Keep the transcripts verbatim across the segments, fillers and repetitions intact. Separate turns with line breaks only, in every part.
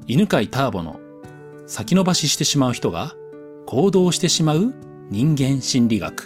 犬飼ターボの先延ばししてしまう人が行動してしまう人間心理学。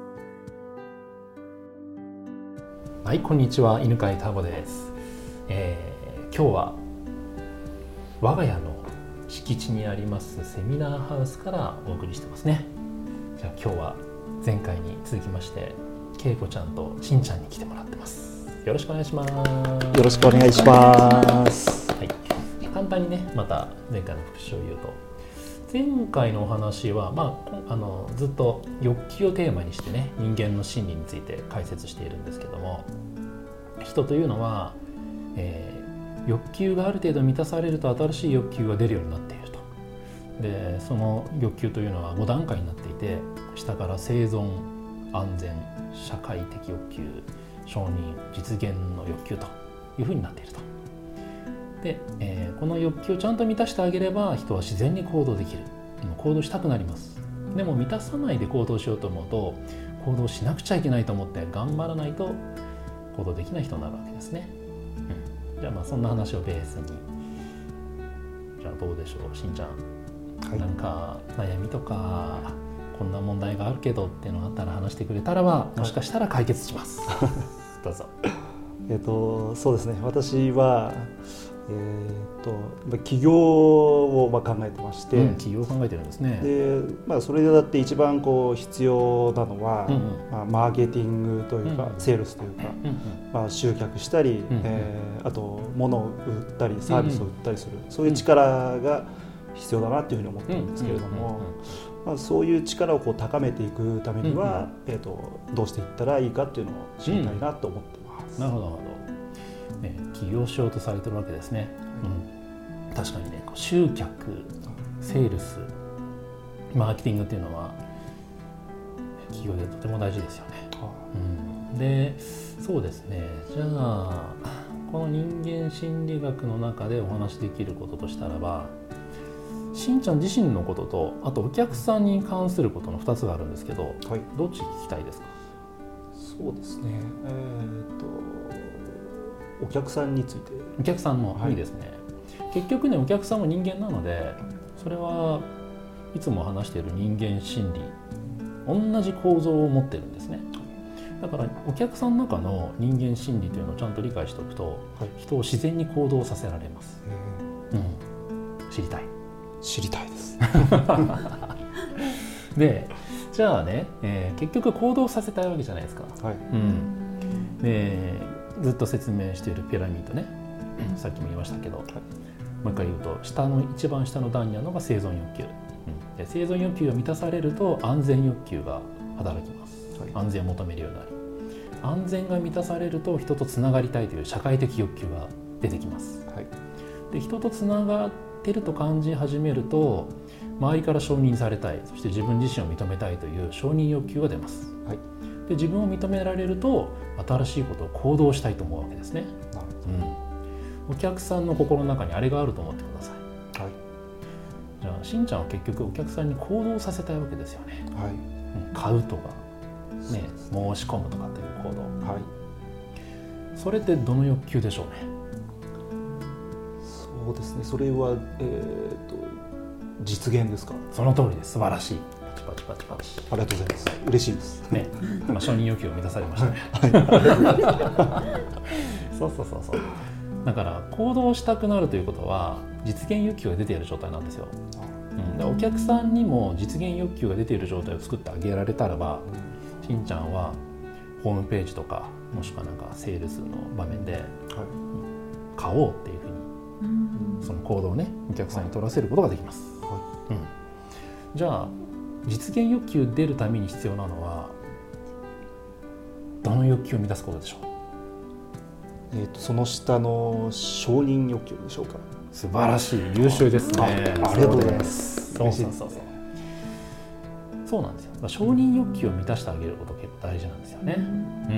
はい、こんにちは、犬飼ターボです。えー、今日は我が家の敷地にありますセミナーハウスからお送りしてますね。じゃあ今日は前回に続きましてけいこちゃんとしんちゃんに来てもらってます。よろしくお願いします。
よろしくお願いします。
はい、簡単にねまた前回の復習を言うと、前回のお話は、まあ、あのずっと欲求をテーマにしてね人間の心理について解説しているんですけども、人というのは、えー、欲求がある程度満たされると新しい欲求が出るようになっていると。でその欲求というのはご段階になっていて、下から生存、安全、社会的欲求、承認、実現の欲求というふうになっていると。で、えー、この欲求をちゃんと満たしてあげれば人は自然に行動できる。行動したくなります。でも満たさないで行動しようと思うと、行動しなくちゃいけないと思って頑張らないと行動できない人になるわけですね。うん、じゃあまあそんな話をベースに、じゃあどうでしょう、しんちゃん、はい、なんか悩みとかこんな問題があるけどっていうのがあったら話してくれたらば、もしかしたら解決します。どうぞ。
えっとそうですね、私はえー、と起業をまあ考えてまして、
うん、起業を考えてるんですね。
で、まあ、それでだって一番こう必要なのは、うんうん、まあ、マーケティングというか、うんうん、セールスというか、うんうん、まあ、集客したり、うんうん、えー、あと物を売ったりサービスを売ったりする、うんうん、そういう力が必要だなというふうに思ってるんですけれども、まあ、そういう力をこう高めていくためには、うんうん、えー、とどうしていったらいいかっていうのを知りたいなと思ってます。
うん、なるほどなるほど。ね、起業しようとされてるわけですね。うん、確かにね、集客、セールス、マーケティングっていうのは起業でとても大事ですよね。うん、で、そうですね。じゃあこの人間心理学の中でお話しできることとしたらば、しんちゃん自身のことと、あとお客さんに関することのふたつがあるんですけど、はい、どっち聞きたいですか？
そうですね。えー、とお客さんについて。
お客さんも、はい、いいですね。結局ね、お客さんも人間なので、それはいつも話している人間心理、同じ構造を持ってるんですね。だからお客さんの中の人間心理というのをちゃんと理解しておくと、はい、人を自然に行動させられます。うん、知りたい
知りたいです
で、じゃあね、えー、結局行動させたいわけじゃないですか。はい、うん、でずっと説明しているピラミッドね、うん、さっきも言いましたけど、はい、もう一回言うと、下の一番下の段にあるのが生存欲求、うん、で生存欲求が満たされると安全欲求が働きます。はい、安全を求めるようになり、安全が満たされると人とつながりたいという社会的欲求が出てきます。はい、で人とつながってると感じ始めると、周りから承認されたい、そして自分自身を認めたいという承認欲求が出ます。はい、で自分を認められると新しいことを行動したいと思うわけですね。なるほど。うん、お客さんの心の中にあれがあると思ってください。はい、じゃあしんちゃんは結局お客さんに行動させたいわけですよね。はい、うん、買うとか、ね、申し込むとかっていう行動、はい、それってどの欲求でしょうね？
そうですね、それは、えー、と実現ですか？
その通りです。素晴らしい。パチパチパチ。
ありがとうございます。嬉しいですね。
今承認欲求を満たされましたね。はい、そうそうそうそう。だから行動したくなるということは実現欲求が出ている状態なんですよ。うん、でお客さんにも実現欲求が出ている状態を作ってあげられたらば、しんちゃんはホームページとか、もしくはなんかセールスの場面で、はい、買おうっていうふうに、うん、その行動をねお客さんに取らせることができます。はい、うん、じゃあ実現欲求出るために必要なのはどの欲求を満たすことでしょう？
えー、とその下の承認欲求でしょうか？
素晴らしい、優秀ですね。 あ,
ありがとうございます。
そうそうそうそう、そうなんですよ。承認欲求を満たしてあげることが結構大事なんですよね。うんうん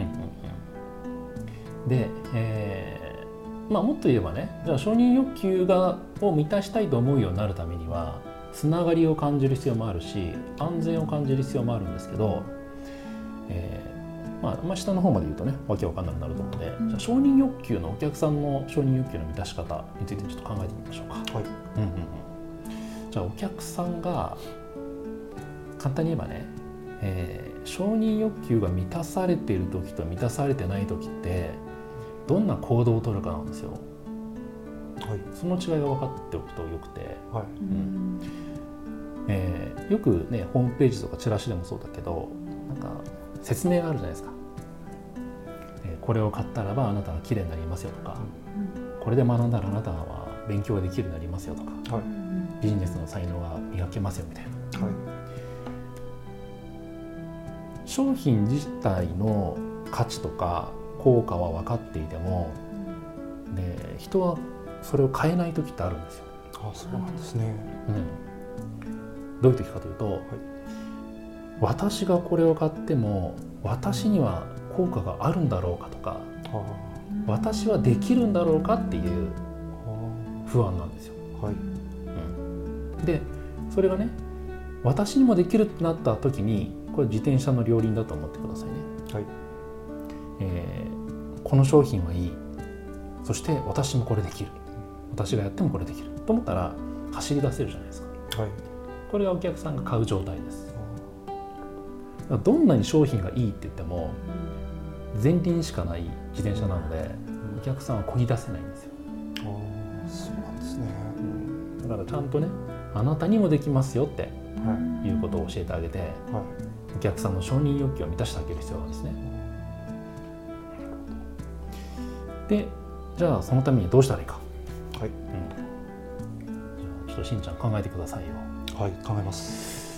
うん、で、えーまあ、もっと言えばね、じゃあ承認欲求がを満たしたいと思うようになるためにはつながりを感じる必要もあるし、安全を感じる必要もあるんですけど、えー、 まあ、まあ下の方まで言うとねわけわかんなくなると思うので、うん、じゃあ承認欲求のお客さんの承認欲求の満たし方についてちょっと考えてみましょうか。はい。うんうんうん、じゃあお客さんが簡単に言えばね、えー、承認欲求が満たされている時と満たされてない時ってどんな行動を取るかなんですよ。はい、その違いが分かっておくとよくて、はい、うんえー、よくねホームページとかチラシでもそうだけどなんか説明があるじゃないですか、えー、これを買ったらばあなたは綺麗になりますよとか、うん、これで学んだらあなたは勉強ができるようになりますよとか、はい、ビジネスの才能が磨けますよみたいな、はい、商品自体の価値とか効果は分かっていても、で人はそれを変えない時ってあるんですよ。
あ、そうなんですね、
うん、どういう時かというと、はい、私がこれを買っても私には効果があるんだろうかとか、私はできるんだろうかっていう不安なんですよ、はい、うん、でそれがね私にもできるってなった時にこれ自転車の両輪だと思ってくださいね、はい、えー、この商品はいい、そして私もこれできる、私がやってもこれできると思ったら走り出せるじゃないですか、はい、これがお客さんが買う状態です。どんなに商品がいいって言っても前輪しかない自転車なのでお客さんは漕ぎ出せないんですよ。
あ、そうなんですね、
うん、だからちゃんとねあなたにもできますよっていうことを教えてあげて、はい、お客さんの承認欲求を満たしてあげる必要があるんですね。でじゃあそのためにどうしたらいいか、はい、うん、じゃあちょっとしんちゃん考えてくださいよ。
はい、考えます。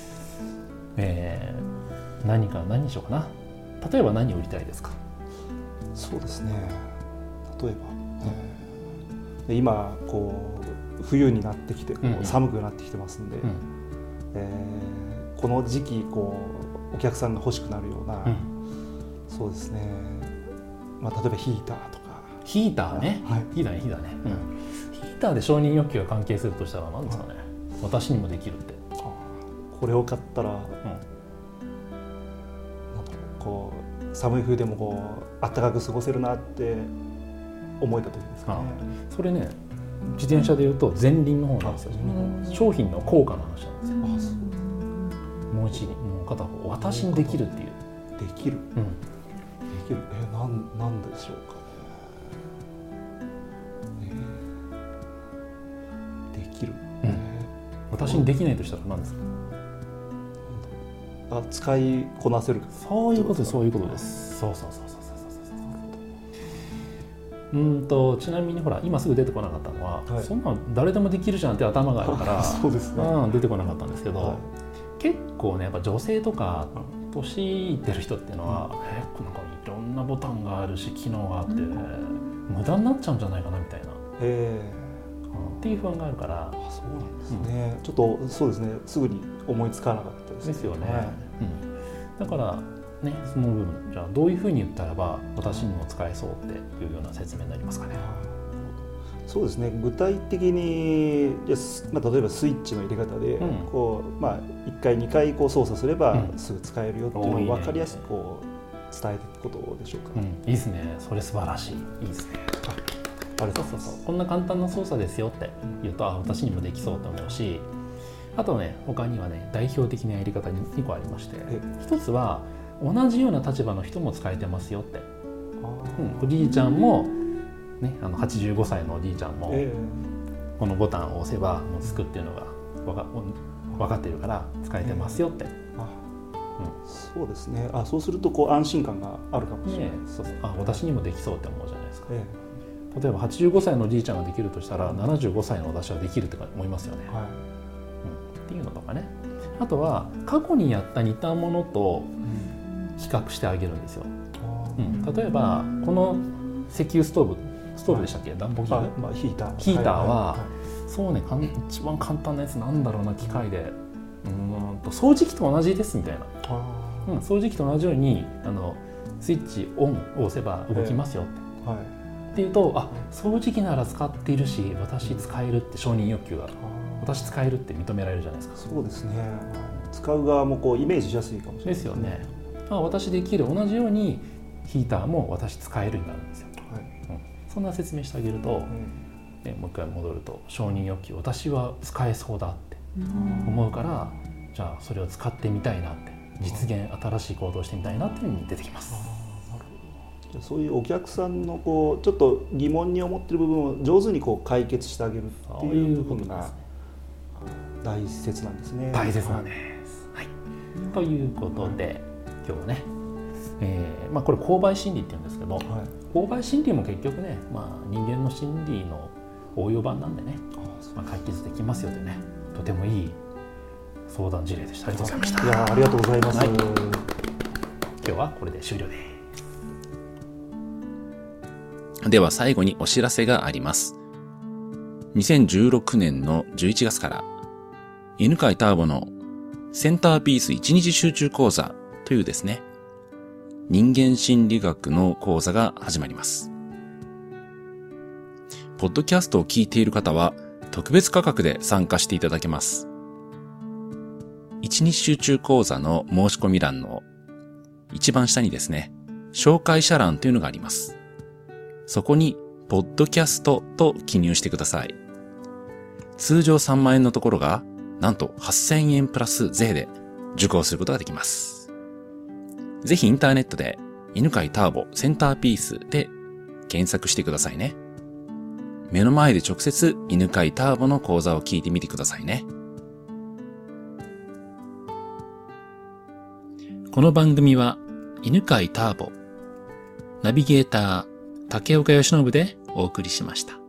えー、何か何にしようかな。例えば何を売りたいですか？
そうですね、例えば、えー、今こう冬になってきてこう寒くなってきてますんで、うん、えー、この時期こうお客さんが欲しくなるような、うん、そうですね、まあ、例えばヒーターとか。
ヒーターね、はい、ヒーターね、ヒーターね、うん、ヒーターで承認欲求が関係するとしたら何ですかね、はい、私にもできるって。
あ、これを買ったら、うん、なんだろう、こう寒い冬でもこう暖かく過ごせるなって思えた時ですかね。
あ、それね自転車でいうと前輪の方なんですよ。商品の効果の話なんですよ。あ、もう一輪、もう片方私にできるっていう。
できる、うん、できる、え、なん、なんでしょうか。できる、
うん、私にできないとしたら何ですか？
あ、使いこなせるか。
そういうことです、そういうことです。そうそうそうそうそうそう。うんとちなみにほら今すぐ出てこなかったのは、はい、そんな誰でもできるじゃんって頭があるから
そうですね、
うん、出てこなかったんですけど、はい、結構ねやっぱ女性とか年いってる人っていうのは、うん、えなんかいろんなボタンがあるし機能があって、うん、無駄になっちゃうんじゃないかなみたいな。へーっていう不安があるから。
あ、そうなんですね、うん、ちょっとそうですね、すぐに思いつかなかったですね。
ですよね、はい、うん、だからねその部分じゃあどういうふうに言ったらば私にも使えそうっていうような説明になりますかね。
そうですね、具体的に、まあ、例えばスイッチの入れ方で、うん、こうまあ、いっかいにかいこう操作すればすぐ使えるよっていうのを分かりやすくこう伝えていくことでしょうか。
うん、いいですね、それ素晴らしい、いいですね。あれそうそうそう、こんな簡単な操作ですよって言うと、あ、私にもできそうと思うし、あとね他にはね代表的なやり方ににこありまして、一つは同じような立場の人も使えてますよって。うん、おじいちゃんも、ね、あのはちじゅうごさいのおじいちゃんも、えー、このボタンを押せばもうつくっていうのが分か、分かってるから使えてますよって。えー
あ、うん、そうですね。あ、そうするとこう安心感があるかもしれない。ね、
そうそう、あ、私にもできそうって思うじゃないですか。えー例えばはちじゅうごさいのおじいちゃんができるとしたらななじゅうごさいの私はできるって思いますよね、はい、うん、っていうのとかね。あとは過去にやった似たものと比較してあげるんですよ、うん、例えばこの石油ストーブストーブでしたっけ、はい、暖房器具、
まあ、ヒーター
ヒーターは、はいはいはい、そうね、一番簡単なやつなんだろうな、機械でうんと掃除機と同じですみたいな、うん、掃除機と同じようにあのスイッチオンを押せば動きますよって、えーはいっていうと、あ、掃除機なら使っているし私使えるって承認欲求が、私使えるって認められるじゃないですか。
そうですね、使う側もこうイメージしやすいかもしれない
ですよね。あ、私できる、同じようにヒーターも私使えるようになるんですよ、はいうん、そんな説明してあげると、うんね、もう一回戻ると承認欲求私は使えそうだって思うから、うん、じゃあそれを使ってみたいなって実現新しい行動をしてみたいなっていうふうに出てきます。
そういうお客さんのこうちょっと疑問に思っている部分を上手にこう解決してあげるっていう部分が大切なんですね。
大切なんです、はい、ということで今日ね、えーまあ、これ購買心理って言うんですけど、はい、購買心理も結局ね、まあ、人間の心理の応用版なんでね、まあ、解決できますよというねとてもいい相談事例でした。ありがとうございました。
いやありがとうございます、はい、今
日はこれで終了です。
では最後にお知らせがあります。にせんじゅうろくねんのじゅういちがつから犬飼ターボのセンターピースいちにち集中講座というですね、人間心理学の講座が始まります。ポッドキャストを聞いている方は特別価格で参加していただけます。いちにち集中講座の申し込み欄の一番下にですね、紹介者欄というのがあります。そこに、ポッドキャストと記入してください。通常さんまんえんのところが、なんとはっせんえんプラス税で受講することができます。ぜひインターネットで、犬飼ターボセンターピースで検索してくださいね。目の前で直接犬飼ターボの講座を聞いてみてくださいね。この番組は犬飼ターボ、ナビゲーター竹岡由伸でお送りしました。